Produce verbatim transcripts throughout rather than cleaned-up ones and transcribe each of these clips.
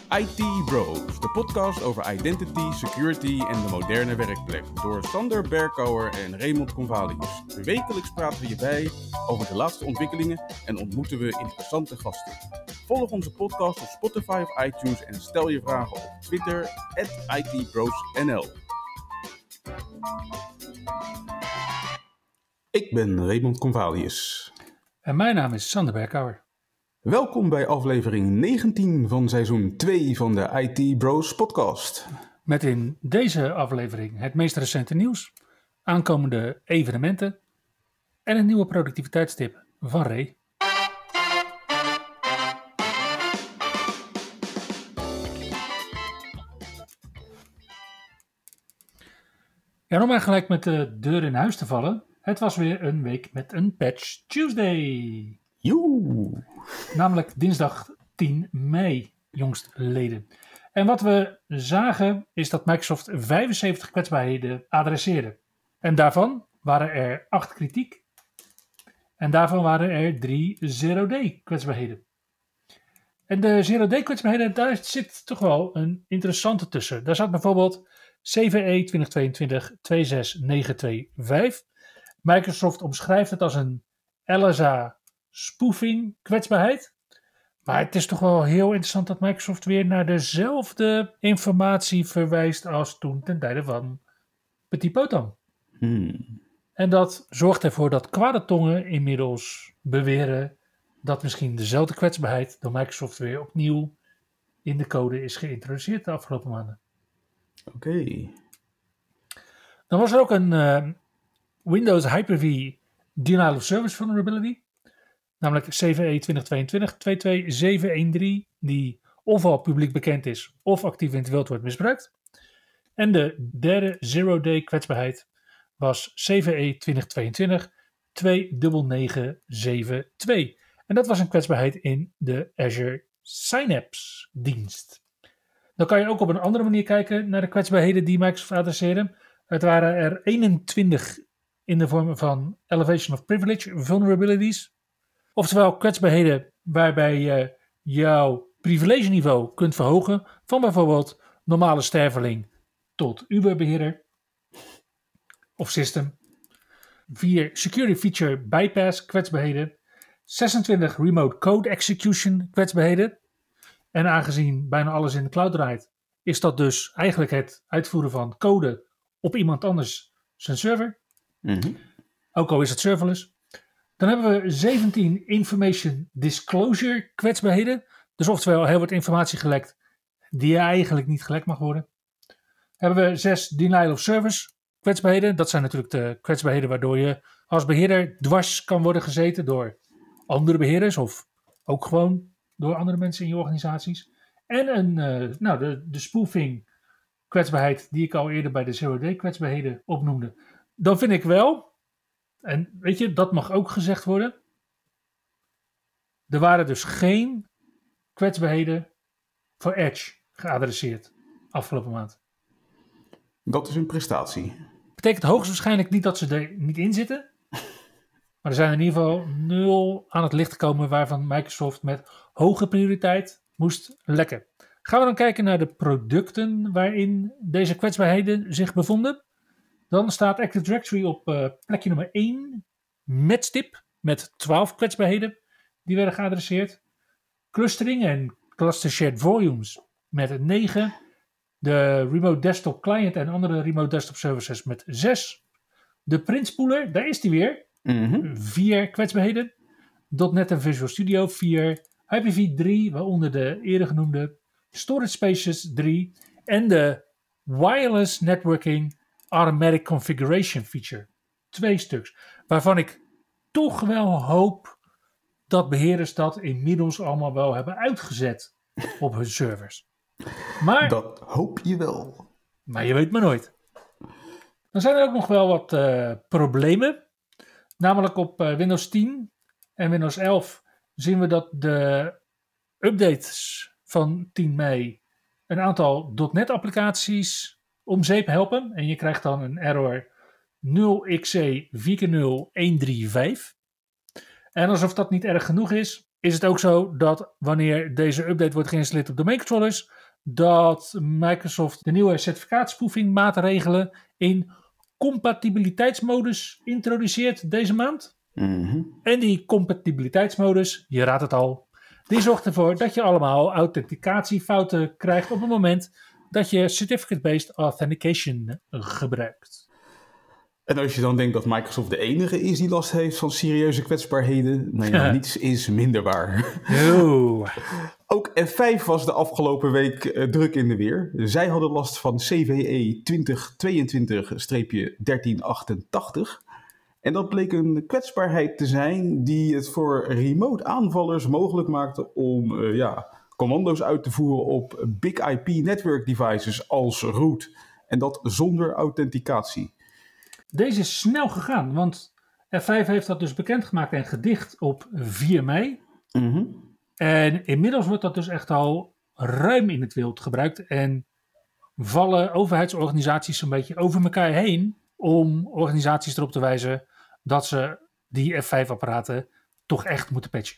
I T Bros, de podcast over identity, security en de moderne werkplek. Door Sander Berkouwer en Raymond Convalius. Wekelijks praten we je bij over de laatste ontwikkelingen en ontmoeten we interessante gasten. Volg onze podcast op Spotify of iTunes en stel je vragen op Twitter at I T Bros N L. Ik ben Raymond Convalius. En mijn naam is Sander Berkouwer. Welkom bij aflevering negentien van seizoen twee van de I T Bros podcast. Met in deze aflevering het meest recente nieuws, aankomende evenementen en een nieuwe productiviteitstip van Ray. En om maar gelijk met de deur in huis te vallen, het was weer een week met een Patch Tuesday. Joe. Namelijk dinsdag tien mei, jongstleden. En wat we zagen is dat Microsoft vijfenzeventig kwetsbaarheden adresseerde. En daarvan waren er acht kritiek. En daarvan waren er drie zero-day kwetsbaarheden. En de zero-day kwetsbaarheden, daar zit toch wel een interessante tussen. Daar zat bijvoorbeeld C V E twintig tweeëntwintig twee zes negen twee vijf. Microsoft omschrijft het als een L S A spoofing kwetsbaarheid. Maar het is toch wel heel interessant dat Microsoft weer naar dezelfde informatie verwijst als toen ten tijde van Petit Potam. Hmm. En dat zorgt ervoor dat kwade tongen inmiddels beweren dat misschien dezelfde kwetsbaarheid door Microsoft weer opnieuw in de code is geïntroduceerd de afgelopen maanden. Oké. Okay. Dan was er ook een uh, Windows Hyper-V Denial of Service Vulnerability. Namelijk C V E twintig tweeëntwintig twee twee zeven een drie, die ofwel publiek bekend is of actief in het wild wordt misbruikt. En de derde zero-day kwetsbaarheid was C V E twintig tweeëntwintig twee negen negen zeven twee. En dat was een kwetsbaarheid in de Azure Synapse dienst. Dan kan je ook op een andere manier kijken naar de kwetsbaarheden die Microsoft adresseerde. Het waren er eenentwintig in de vorm van Elevation of Privilege vulnerabilities. Oftewel kwetsbaarheden waarbij je jouw privilege-niveau kunt verhogen van bijvoorbeeld normale sterveling tot Uber-beheerder of system. vier security feature bypass kwetsbaarheden. zesentwintig remote code execution kwetsbaarheden. En aangezien bijna alles in de cloud draait, is dat dus eigenlijk het uitvoeren van code op iemand anders zijn server. Mm-hmm. Ook al is het serverless. Dan hebben we zeventien information disclosure kwetsbaarheden. Dus oftewel heel wat informatie gelekt die eigenlijk niet gelekt mag worden. Hebben we zes denial of service kwetsbaarheden. Dat zijn natuurlijk de kwetsbaarheden waardoor je als beheerder dwars kan worden gezeten door andere beheerders of ook gewoon door andere mensen in je organisaties. En een, uh, nou, de, de spoofing kwetsbaarheid die ik al eerder bij de zero-day kwetsbaarheden opnoemde. Dan vind ik wel, en weet je, dat mag ook gezegd worden. Er waren dus geen kwetsbaarheden voor Edge geadresseerd afgelopen maand. Dat is een prestatie. Betekent hoogstwaarschijnlijk niet dat ze er niet in zitten. Maar er zijn in ieder geval nul aan het licht gekomen waarvan Microsoft met hoge prioriteit moest lekken. Gaan we dan kijken naar de producten waarin deze kwetsbaarheden zich bevonden. Dan staat Active Directory op uh, plekje nummer één met stip met twaalf kwetsbaarheden die werden geadresseerd. Clustering en cluster shared volumes met negen. De remote desktop client en andere remote desktop services met zes. De print spooler, daar is die weer. Mm-hmm. vier kwetsbaarheden. .NET en Visual Studio vier. Hyper-V drie, waaronder de eerder genoemde. Storage Spaces drie. En de Wireless Networking Automatic Configuration Feature. Twee stuks. Waarvan ik toch wel hoop dat beheerders dat inmiddels allemaal wel hebben uitgezet op hun servers. Maar, dat hoop je wel. Maar je weet maar nooit. Dan zijn er ook nog wel wat uh, problemen. Namelijk op uh, Windows tien en Windows elf zien we dat de updates van tien mei een aantal .NET applicaties om zeep helpen. En je krijgt dan een error nul x c vier keer nul een drie vijf. En alsof dat niet erg genoeg is, is het ook zo dat wanneer deze update wordt geïnstalleerd op domaincontrollers, dat Microsoft de nieuwe certificaatsproefing maatregelen in compatibiliteitsmodus introduceert deze maand. Mm-hmm. En die compatibiliteitsmodus, je raadt het al, die zorgt ervoor dat je allemaal authenticatiefouten krijgt op het moment dat je certificate-based authentication gebruikt. En als je dan denkt dat Microsoft de enige is die last heeft van serieuze kwetsbaarheden, nou ja, niets is minder waar. Oh. Ook F vijf was de afgelopen week uh, druk in de weer. Zij hadden last van C V E twintig tweeëntwintig dertien achtentachtig. En dat bleek een kwetsbaarheid te zijn die het voor remote aanvallers mogelijk maakte om uh, ja, commando's uit te voeren op Big I P network devices als root. En dat zonder authenticatie. Deze is snel gegaan, want F vijf heeft dat dus bekendgemaakt en gedicht op vier mei. Mm-hmm. En inmiddels wordt dat dus echt al ruim in het wild gebruikt. En vallen overheidsorganisaties een beetje over elkaar heen om organisaties erop te wijzen dat ze die F vijf apparaten toch echt moeten patchen.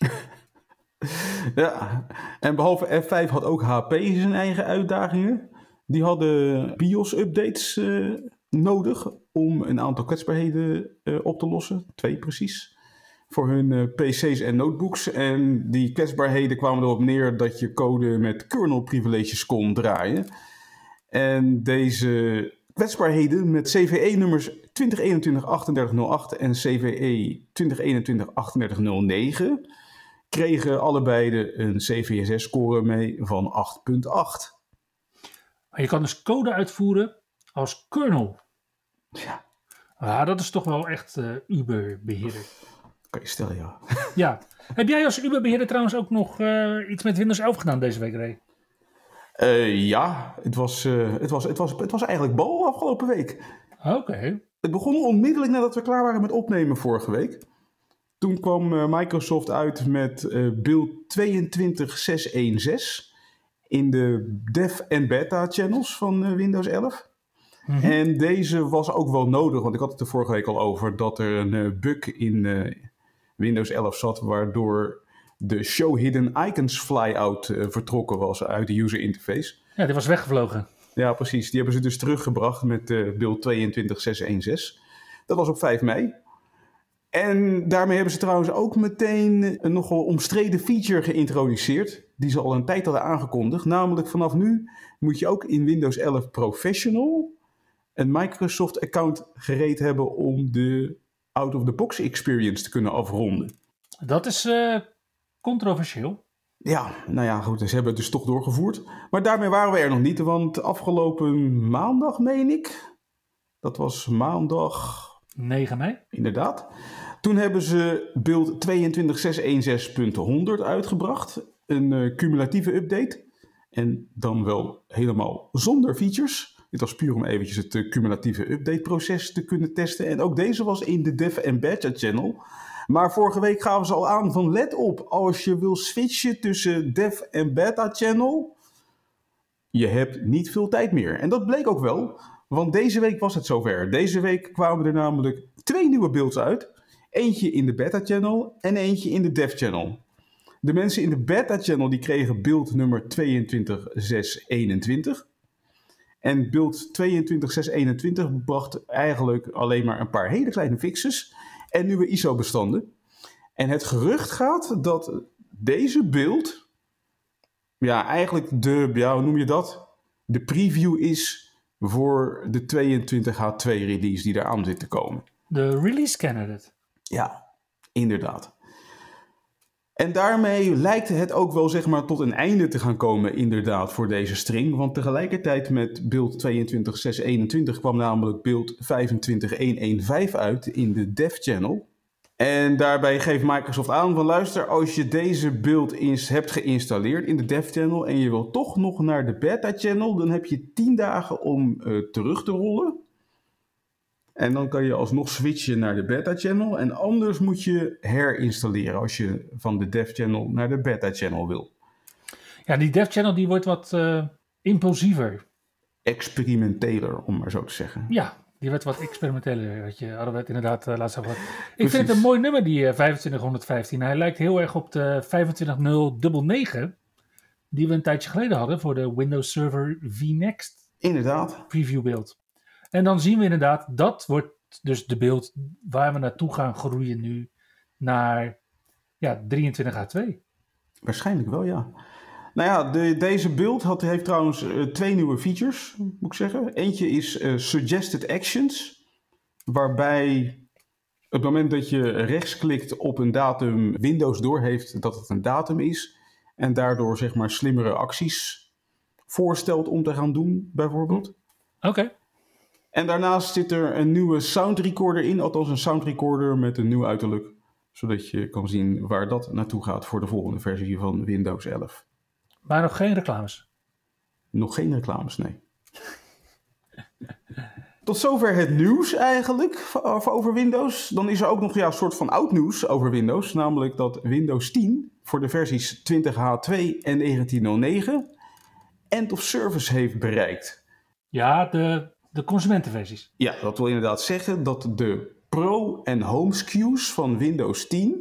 Ja, en behalve F vijf had ook H P zijn eigen uitdagingen. Die hadden BIOS-updates uh, nodig om een aantal kwetsbaarheden uh, op te lossen. Twee precies. Voor hun uh, P C's en notebooks. En die kwetsbaarheden kwamen erop neer dat je code met kernel privileges kon draaien. En deze kwetsbaarheden met C V E-nummers twintig eenentwintig achtendertig nul acht en C V E twintig eenentwintig achtendertig nul negen kregen allebei de een C V S S-score mee van acht komma acht. Je kan dus code uitvoeren als kernel. Ja. Ah, dat is toch wel echt uh, Uber-beheerder. Kan je stellen, ja. Ja. Heb jij als Uber-beheerder trouwens ook nog uh, iets met Windows elf gedaan deze week, Ray? Uh, ja, het was, uh, het, was, het, was, het was eigenlijk bal afgelopen week. Oké. Okay. Het begon onmiddellijk nadat we klaar waren met opnemen vorige week. Toen kwam uh, Microsoft uit met uh, build tweeëntwintig zeshonderdzestig in de dev en beta channels van uh, Windows elf. Mm-hmm. En deze was ook wel nodig, want ik had het er vorige week al over dat er een uh, bug in uh, Windows elf zat, waardoor de Show Hidden Icons flyout uh, vertrokken was uit de user interface. Ja, die was weggevlogen. Ja, precies. Die hebben ze dus teruggebracht met uh, build tweeëntwintig zeshonderdzestig. Dat was op vijf mei. En daarmee hebben ze trouwens ook meteen een nogal omstreden feature geïntroduceerd, die ze al een tijd hadden aangekondigd. Namelijk vanaf nu moet je ook in Windows elf Professional een Microsoft-account gereed hebben om de out-of-the-box experience te kunnen afronden. Dat is uh, controversieel. Ja, nou ja, goed, ze hebben het dus toch doorgevoerd. Maar daarmee waren we er nog niet, want afgelopen maandag, meen ik, dat was maandag negen mei. Inderdaad. Toen hebben ze build tweeëntwintig zeshonderdzestig punt honderd uitgebracht. Een uh, cumulatieve update. En dan wel helemaal zonder features. Dit was puur om eventjes het uh, cumulatieve update proces te kunnen testen. En ook deze was in de dev en beta channel. Maar vorige week gaven ze al aan van let op. Als je wil switchen tussen dev en beta channel. Je hebt niet veel tijd meer. En dat bleek ook wel. Want deze week was het zover. Deze week kwamen er namelijk twee nieuwe builds uit. Eentje in de beta channel en eentje in de dev channel. De mensen in de beta channel die kregen build nummer tweeëntwintig zeshonderdeenentwintig. En build tweeëntwintig zeshonderdeenentwintig bracht eigenlijk alleen maar een paar hele kleine fixes en nieuwe I S O-bestanden. En het gerucht gaat dat deze build, ja eigenlijk de, ja hoe noem je dat? De preview is voor de tweeëntwintig H twee release die eraan zit te komen. De release candidate. Ja, inderdaad. En daarmee lijkt het ook wel zeg maar tot een einde te gaan komen inderdaad voor deze string. Want tegelijkertijd met build tweeëntwintig zeshonderdeenentwintig kwam namelijk build vijfentwintig honderdvijftien uit in de dev channel. En daarbij geeft Microsoft aan van luister, als je deze build eens hebt geïnstalleerd in de dev channel en je wil toch nog naar de beta channel, dan heb je tien dagen om uh, terug te rollen. En dan kan je alsnog switchen naar de beta channel. En anders moet je herinstalleren als je van de dev channel naar de beta channel wil. Ja, die dev channel die wordt wat uh, impulsiever. Experimenteler, om maar zo te zeggen. Ja, die werd wat experimenteler. Had je, hadden we het inderdaad uh, laatst over gehad. Ik Precies. vind het een mooi nummer, die uh, vijfentwintig honderdvijftien. Hij lijkt heel erg op de vijfentwintig nul negenennegentig... die we een tijdje geleden hadden voor de Windows Server vNext Inderdaad. preview beeld. En dan zien we inderdaad, dat wordt dus de beeld waar we naartoe gaan groeien nu naar ja, drieëntwintig H twee. Waarschijnlijk wel, ja. Nou ja, de, deze build had, heeft trouwens uh, twee nieuwe features, moet ik zeggen. Eentje is uh, Suggested Actions, waarbij op het moment dat je rechtsklikt op een datum, Windows doorheeft dat het een datum is en daardoor zeg maar slimmere acties voorstelt om te gaan doen, bijvoorbeeld. Oké. Okay. En daarnaast zit er een nieuwe sound recorder in, althans een sound recorder met een nieuw uiterlijk, zodat je kan zien waar dat naartoe gaat voor de volgende versie van Windows elf. Maar nog geen reclames? Nog geen reclames, nee. Tot zover het nieuws eigenlijk over Windows. Dan is er ook nog ja, een soort van oud nieuws over Windows. Namelijk dat Windows tien voor de versies twintig H twee en negentien nul negen end of service heeft bereikt. Ja, de, de consumentenversies. Ja, dat wil inderdaad zeggen dat de Pro en Home S K U's van Windows tien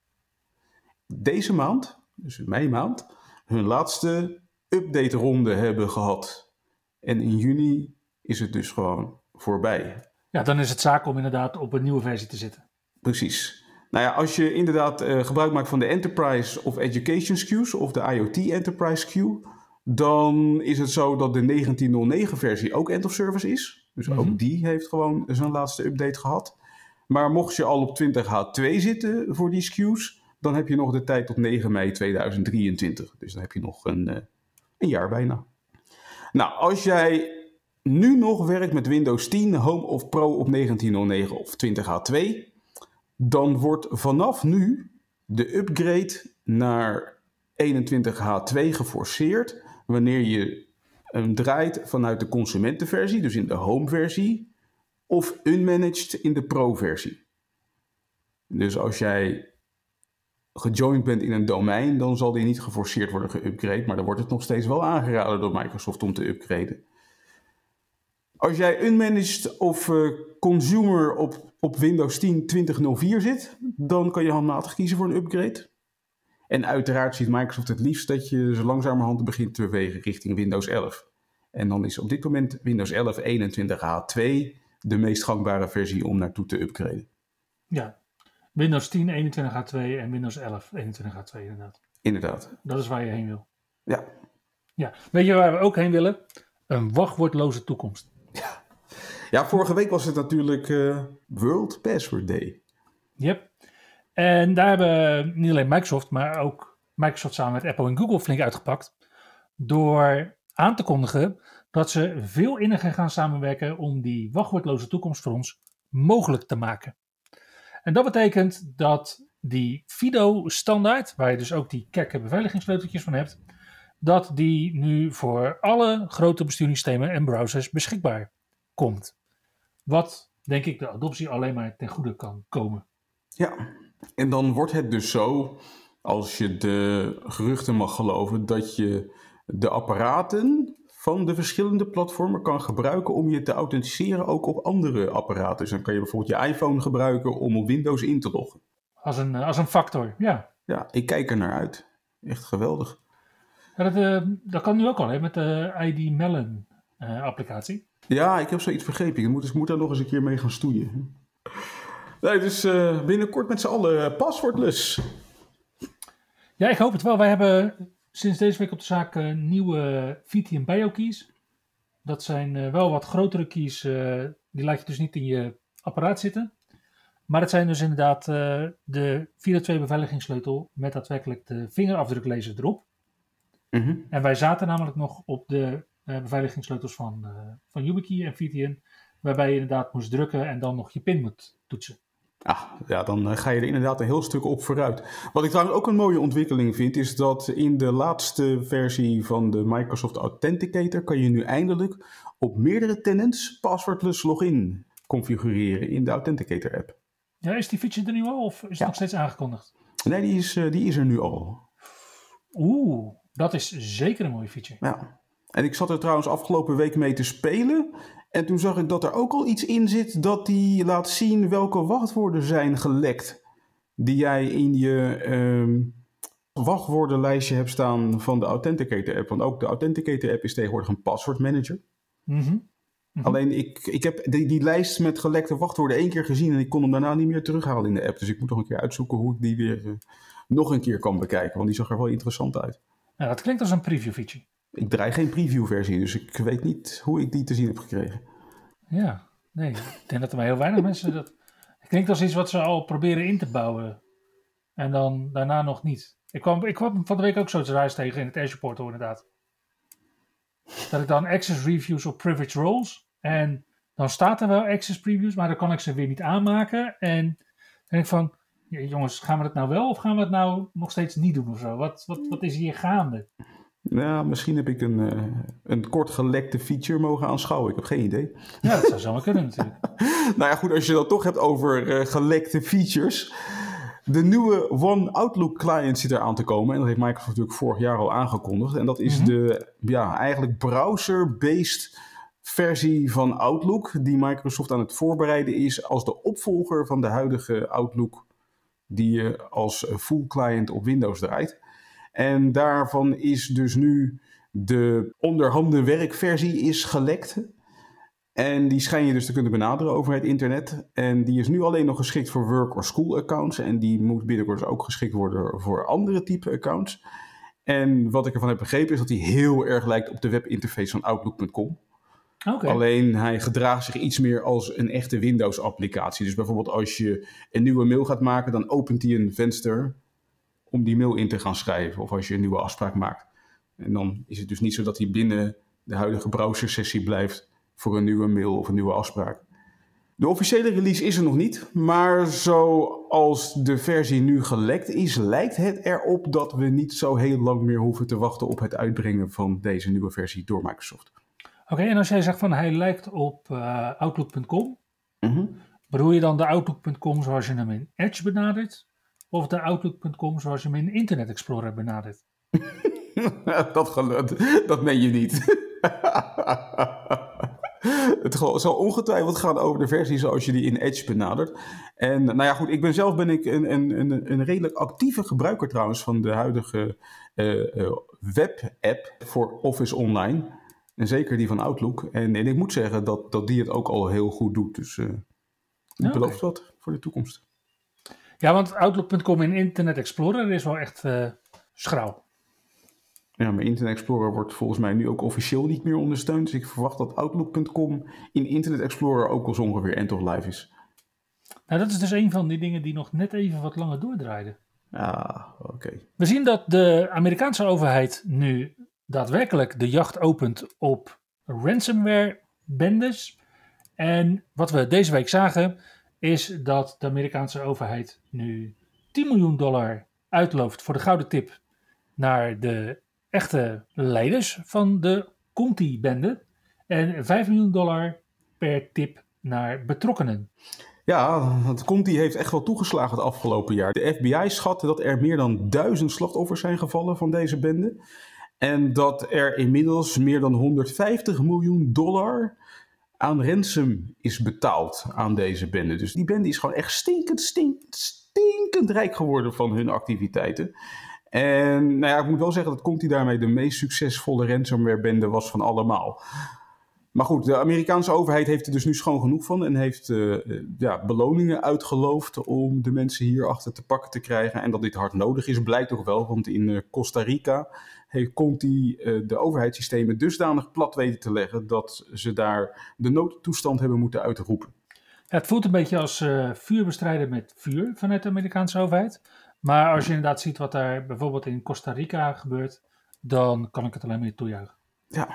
deze maand, dus in mei maand, hun laatste update ronde hebben gehad. En in juni is het dus gewoon voorbij. Ja, dan is het zaak om inderdaad op een nieuwe versie te zitten. Precies. Nou ja, als je inderdaad uh, gebruik maakt van de Enterprise of Education S K U's of de IoT Enterprise S K U, dan is het zo dat de negentien nul negen versie ook end of service is. Dus mm-hmm. ook die heeft gewoon zijn laatste update gehad. Maar mocht je al op twintig H twee zitten voor die S K U's, dan heb je nog de tijd tot negen mei tweeduizend drieëntwintig. Dus dan heb je nog een, uh, een jaar bijna. Nou, als jij nu nog werkt met Windows tien, Home of Pro op negentien nul negen of twintig H twee, dan wordt vanaf nu de upgrade naar eenentwintig H twee geforceerd wanneer je hem draait vanuit de consumentenversie, dus in de Home versie, of unmanaged in de Pro versie. Dus als jij gejoined bent in een domein, dan zal die niet geforceerd worden geupgrade, maar dan wordt het nog steeds wel aangeraden door Microsoft om te upgraden. Als jij unmanaged of uh, consumer op, op Windows tien twintig nul vier zit, dan kan je handmatig kiezen voor een upgrade. En uiteraard ziet Microsoft het liefst dat je zo langzamerhand begint te bewegen richting Windows elf. En dan is op dit moment Windows elf eenentwintig H twee de meest gangbare versie om naartoe te upgraden. Ja, Windows tien eenentwintig H twee en Windows elf eenentwintig H twee inderdaad. Inderdaad. Dat is waar je heen wil. Ja. Ja. Weet je waar we ook heen willen? Een wachtwoordloze toekomst. Ja, ja vorige week was het natuurlijk uh, World Password Day. Yep. En daar hebben niet alleen Microsoft, maar ook Microsoft samen met Apple en Google flink uitgepakt. Door aan te kondigen dat ze veel inniger gaan samenwerken om die wachtwoordloze toekomst voor ons mogelijk te maken. En dat betekent dat die FIDO-standaard, waar je dus ook die kekke beveiligingssleuteltjes van hebt, dat die nu voor alle grote besturingssystemen en browsers beschikbaar komt. Wat, denk ik, de adoptie alleen maar ten goede kan komen. Ja, en dan wordt het dus zo, als je de geruchten mag geloven, dat je de apparaten van de verschillende platformen kan gebruiken om je te authenticeren ook op andere apparaten. Dus dan kan je bijvoorbeeld je iPhone gebruiken om op Windows in te loggen. Als een, als een factor, ja. Ja, ik kijk er naar uit. Echt geweldig. Ja, dat, uh, dat kan nu ook al, hè, met de I D Melon uh, applicatie. Ja, ik heb zoiets begrepen. Ik moet, ik moet daar nog eens een keer mee gaan stoeien. Nee, dus uh, binnenkort met z'n allen paswoordless. Ja, ik hoop het wel. Wij hebben sinds deze week op de zaak uh, nieuwe V T M BioKeys. Dat zijn uh, wel wat grotere keys. Uh, die laat je dus niet in je apparaat zitten. Maar het zijn dus inderdaad uh, de vier nul twee beveiligingssleutel met daadwerkelijk de vingerafdruklezer erop. Mm-hmm. En wij zaten namelijk nog op de uh, beveiligingssleutels van, uh, van YubiKey en V T N, waarbij je inderdaad moest drukken en dan nog je pin moet toetsen. Ah, ja, dan uh, ga je er inderdaad een heel stuk op vooruit. Wat ik trouwens ook een mooie ontwikkeling vind, is dat in de laatste versie van de Microsoft Authenticator kan je nu eindelijk op meerdere tenants passwordless login configureren in de Authenticator app. Ja, is die feature er nu al of is het ja. nog steeds aangekondigd? Nee, die is, uh, die is er nu al. Oeh, dat is zeker een mooie feature. Ja. En ik zat er trouwens afgelopen week mee te spelen. En toen zag ik dat er ook al iets in zit dat die laat zien welke wachtwoorden zijn gelekt. Die jij in je um, wachtwoordenlijstje hebt staan van de Authenticator app. Want ook de Authenticator app is tegenwoordig een passwordmanager. Mm-hmm. Mm-hmm. Alleen ik, ik heb die, die lijst met gelekte wachtwoorden één keer gezien en ik kon hem daarna niet meer terughalen in de app. Dus ik moet nog een keer uitzoeken hoe ik die weer uh, nog een keer kan bekijken. Want die zag er wel interessant uit. Ja, dat klinkt als een preview feature. Ik draai geen preview versie, dus ik weet niet hoe ik die te zien heb gekregen. Ja, nee. Ik denk dat er maar heel weinig mensen dat... Het klinkt als iets wat ze al proberen in te bouwen. En dan daarna nog niet. Ik kwam, ik kwam van de week ook zo'n reis tegen in het Azure Portal inderdaad. Dat ik dan access reviews op privileged roles. En dan staat er wel access previews, maar dan kan ik ze weer niet aanmaken. En dan denk ik van, ja, jongens, gaan we het nou wel of gaan we het nou nog steeds niet doen of zo? Wat, wat, wat is hier gaande? Nou, misschien heb ik een, uh, een kort gelekte feature mogen aanschouwen. Ik heb geen idee. Ja, dat zou zomaar kunnen natuurlijk. Nou ja, goed, als je het toch hebt over uh, gelekte features. De nieuwe One Outlook client zit er aan te komen. En dat heeft Microsoft natuurlijk vorig jaar al aangekondigd. En dat is mm-hmm. de ja, eigenlijk browser-based versie van Outlook. Die Microsoft aan het voorbereiden is als de opvolger van de huidige Outlook. Die je als full client op Windows draait. En daarvan is dus nu de onderhanden werkversie is gelekt. En die schijn je dus te kunnen benaderen over het internet. En die is nu alleen nog geschikt voor work- of school accounts. En die moet binnenkort ook geschikt worden voor andere type accounts. En wat ik ervan heb begrepen is dat die heel erg lijkt op de webinterface van Outlook punt com. Okay. Alleen hij gedraagt zich iets meer als een echte Windows applicatie. Dus bijvoorbeeld als je een nieuwe mail gaat maken, dan opent hij een venster om die mail in te gaan schrijven. Of als je een nieuwe afspraak maakt. En dan is het dus niet zo dat hij binnen de huidige browser-sessie blijft voor een nieuwe mail of een nieuwe afspraak. De officiële release is er nog niet. Maar zoals de versie nu gelekt is, lijkt het erop dat we niet zo heel lang meer hoeven te wachten op het uitbrengen van deze nieuwe versie door Microsoft. Oké, okay, en als jij zegt van hij lijkt op uh, Outlook punt com, mm-hmm. bedoel je dan de Outlook punt com zoals je hem in Edge benadert? Of de Outlook punt com zoals je hem in Internet Explorer benadert? dat, dat meen je niet. Het zal ongetwijfeld gaan over de versie zoals je die in Edge benadert. En nou ja, goed, ik ben zelf ben ik een, een, een, een redelijk actieve gebruiker trouwens van de huidige uh, uh, web-app voor Office Online. En zeker die van Outlook. En, en ik moet zeggen dat, dat die het ook al heel goed doet. Dus uh, ik oh, beloof okay. dat voor de toekomst. Ja, want Outlook punt com in Internet Explorer is wel echt uh, schraal. Ja, maar Internet Explorer wordt volgens mij nu ook officieel niet meer ondersteund. Dus ik verwacht dat Outlook punt com in Internet Explorer ook al zo ongeveer end of life is. Nou, dat is dus een van die dingen die nog net even wat langer doordraaiden. Ah, oké. Okay. We zien dat de Amerikaanse overheid nu daadwerkelijk de jacht opent op ransomware-bendes. En wat we deze week zagen is dat de Amerikaanse overheid nu tien miljoen dollar uitlooft voor de gouden tip naar de echte leiders van de Conti-bende en vijf miljoen dollar per tip naar betrokkenen. Ja, want Conti heeft echt wel toegeslagen het afgelopen jaar. De F B I schatte dat er meer dan duizend slachtoffers zijn gevallen van deze bende. En dat er inmiddels meer dan honderdvijftig miljoen dollar aan ransom is betaald aan deze bende. Dus die bende is gewoon echt stinkend, stinkend, stinkend rijk geworden van hun activiteiten. En nou ja, ik moet wel zeggen dat Conti daarmee de meest succesvolle ransomware-bende was van allemaal. Maar goed, de Amerikaanse overheid heeft er dus nu schoon genoeg van en heeft uh, ja, beloningen uitgeloofd om de mensen hierachter te pakken te krijgen. En dat dit hard nodig is, blijkt ook wel, want in uh, Costa Rica heeft Conti uh, de overheidssystemen dusdanig plat weten te leggen dat ze daar de noodtoestand hebben moeten uitroepen. Ja, het voelt een beetje als uh, vuur bestrijden met vuur vanuit de Amerikaanse overheid. Maar als je inderdaad ziet wat daar bijvoorbeeld in Costa Rica gebeurt, dan kan ik het alleen maar toejuichen. Ja.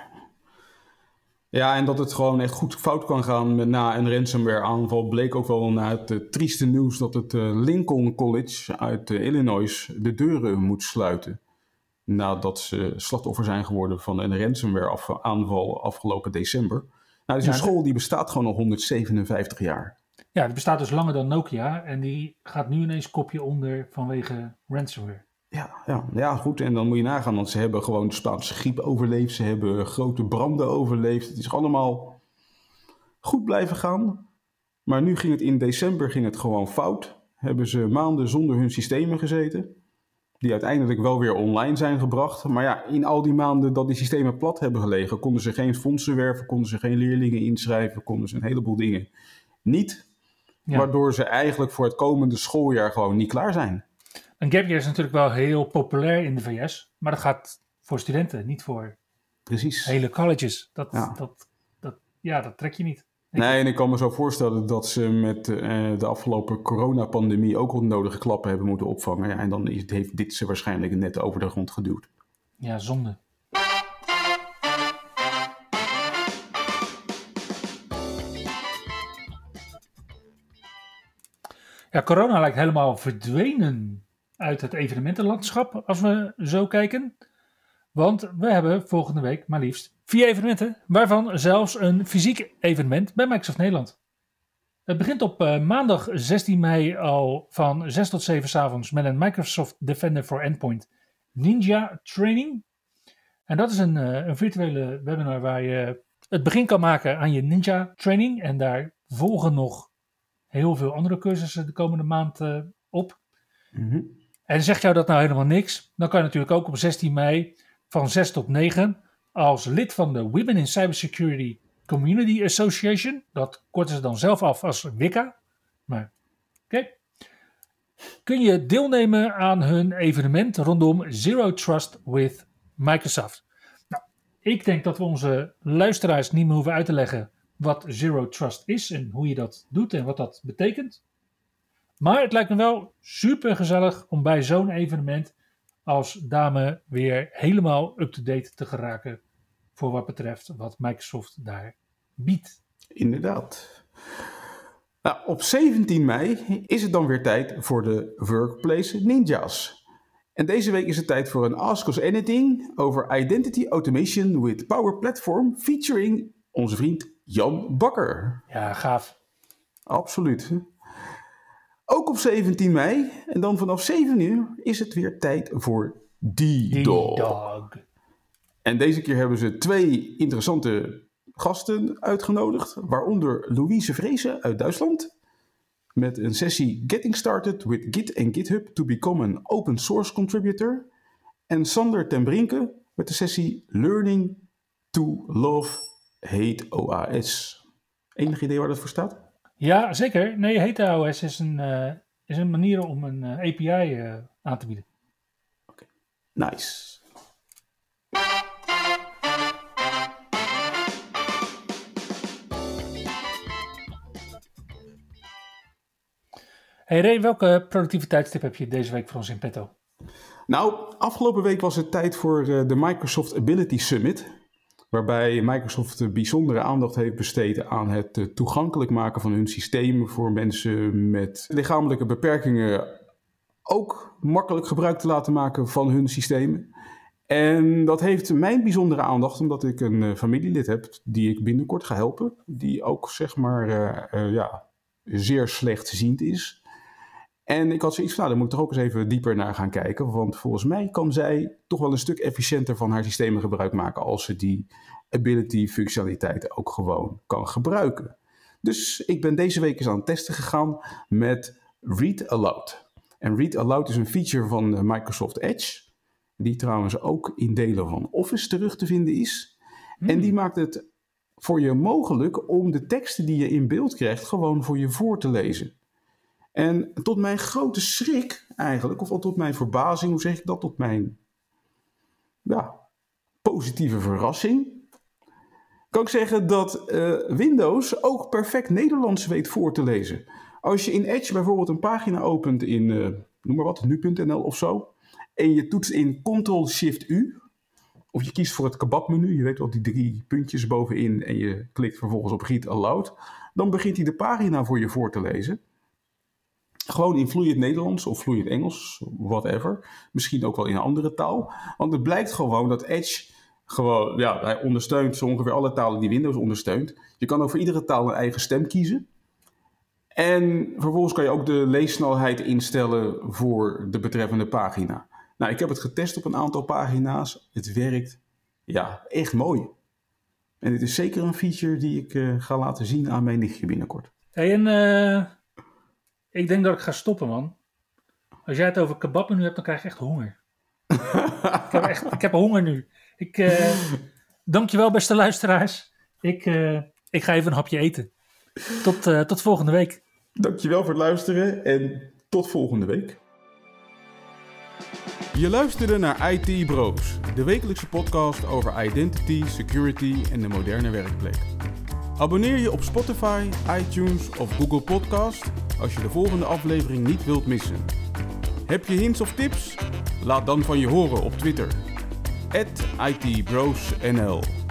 Ja, en dat het gewoon echt goed fout kan gaan met, na een ransomware aanval bleek ook wel na het uh, trieste nieuws dat het uh, Lincoln College uit uh, Illinois de deuren moet sluiten. Nadat ze slachtoffer zijn geworden van een ransomware af- aanval afgelopen december. Nou, dus een ja, school die bestaat gewoon al honderdzevenenvijftig jaar. Ja, die bestaat dus langer dan Nokia en die gaat nu ineens kopje onder vanwege ransomware. Ja, ja, ja, goed. En dan moet je nagaan, want ze hebben gewoon de Spaanse griep overleefd. Ze hebben grote branden overleefd. Het is allemaal goed blijven gaan. Maar nu ging het in december ging het gewoon fout. Hebben ze maanden zonder hun systemen gezeten. Die uiteindelijk wel weer online zijn gebracht. Maar ja, in al die maanden dat die systemen plat hebben gelegen, konden ze geen fondsen werven, konden ze geen leerlingen inschrijven, konden ze een heleboel dingen niet. Ja. Waardoor ze eigenlijk voor het komende schooljaar gewoon niet klaar zijn. Een gap year is natuurlijk wel heel populair in de V S, maar dat gaat voor studenten, niet voor Precies. hele colleges. Dat, ja. Dat, dat, ja, dat trek je niet. Nee, en ik kan me zo voorstellen dat ze met uh, de afgelopen coronapandemie ook onnodige klappen hebben moeten opvangen. Ja, en dan is, heeft dit ze waarschijnlijk net over de grond geduwd. Ja, zonde. Ja, corona lijkt helemaal verdwenen uit het evenementenlandschap, als we zo kijken. Want we hebben volgende week maar liefst vier evenementen, waarvan zelfs een fysiek evenement bij Microsoft Nederland. Het begint op uh, maandag zestien mei al van zes tot zeven 's avonds met een Microsoft Defender for Endpoint Ninja Training. En dat is een, uh, een virtuele webinar waar je het begin kan maken aan je Ninja Training. En daar volgen nog heel veel andere cursussen de komende maand uh, op. Mm-hmm. En zegt jou dat nou helemaal niks, dan kan je natuurlijk ook op zestien mei van zes tot negen als lid van de Women in Cybersecurity Community Association, dat korten ze dan zelf af als WICA, maar oké, okay, kun je deelnemen aan hun evenement rondom Zero Trust with Microsoft. Nou, ik denk dat we onze luisteraars niet meer hoeven uit te leggen wat Zero Trust is en hoe je dat doet en wat dat betekent. Maar het lijkt me wel super gezellig om bij zo'n evenement als dame weer helemaal up-to-date te geraken voor wat betreft wat Microsoft daar biedt. Inderdaad. Nou, op zeventien mei is het dan weer tijd voor de Workplace Ninjas. En deze week is het tijd voor een Ask Us Anything over Identity Automation with Power Platform featuring onze vriend Jan Bakker. Ja, gaaf. Absoluut. Ook op zeventien mei en dan vanaf zeven uur is het weer tijd voor D-Dog. D-Dog. En deze keer hebben ze twee interessante gasten uitgenodigd, waaronder Louise Vreese uit Duitsland met een sessie Getting Started with Git and GitHub to Become an Open Source Contributor en Sander ten Brinke met de sessie Learning to Love Hate O A S. Enig idee waar dat voor staat? Ja, zeker. Nee, Hate O A S is een, uh, is een manier om een uh, A P I uh, aan te bieden. Oké, okay. Nice. Hey Ray, welke productiviteitstip heb je deze week voor ons in petto? Nou, afgelopen week was het tijd voor uh, de Microsoft Ability Summit, waarbij Microsoft bijzondere aandacht heeft besteed aan het uh, toegankelijk maken van hun systeem voor mensen met lichamelijke beperkingen ook makkelijk gebruik te laten maken van hun systemen. En dat heeft mijn bijzondere aandacht, omdat ik een uh, familielid heb die ik binnenkort ga helpen, die ook zeg maar uh, uh, ja, zeer slechtziend is. En ik had zoiets van, nou, daar moet ik toch ook eens even dieper naar gaan kijken. Want volgens mij kan zij toch wel een stuk efficiënter van haar systemen gebruik maken als ze die ability functionaliteiten ook gewoon kan gebruiken. Dus ik ben deze week eens aan het testen gegaan met Read Aloud. En Read Aloud is een feature van Microsoft Edge, die trouwens ook in delen van Office terug te vinden is. Hmm. En die maakt het voor je mogelijk om de teksten die je in beeld krijgt gewoon voor je voor te lezen. En tot mijn grote schrik eigenlijk, of tot mijn verbazing, hoe zeg ik dat, tot mijn ja, positieve verrassing, kan ik zeggen dat uh, Windows ook perfect Nederlands weet voor te lezen. Als je in Edge bijvoorbeeld een pagina opent in, uh, noem maar wat, nu punt n l of zo, en je toetst in control shift u, of je kiest voor het kebabmenu, je weet wel die drie puntjes bovenin en je klikt vervolgens op Read Aloud, dan begint hij de pagina voor je voor te lezen. Gewoon in vloeiend Nederlands of vloeiend Engels, whatever. Misschien ook wel in een andere taal. Want het blijkt gewoon dat Edge gewoon, ja, hij ondersteunt zo ongeveer alle talen die Windows ondersteunt. Je kan ook voor iedere taal een eigen stem kiezen. En vervolgens kan je ook de leessnelheid instellen voor de betreffende pagina. Nou, ik heb het getest op een aantal pagina's. Het werkt, ja, echt mooi. En dit is zeker een feature die ik uh, ga laten zien aan mijn nichtje binnenkort. Hey, en uh, ik denk dat ik ga stoppen, man. Als jij het over kebappen nu hebt, dan krijg je echt honger. ik, heb echt, ik heb honger nu. Ik, uh, dankjewel, beste luisteraars. Ik, uh, ik ga even een hapje eten. Tot, uh, tot volgende week. Dankjewel voor het luisteren en tot volgende week. Je luisterde naar I T Bros, de wekelijkse podcast over identity, security en de moderne werkplek. Abonneer je op Spotify, iTunes of Google Podcast als je de volgende aflevering niet wilt missen. Heb je hints of tips? Laat dan van je horen op Twitter. at I T Bros N L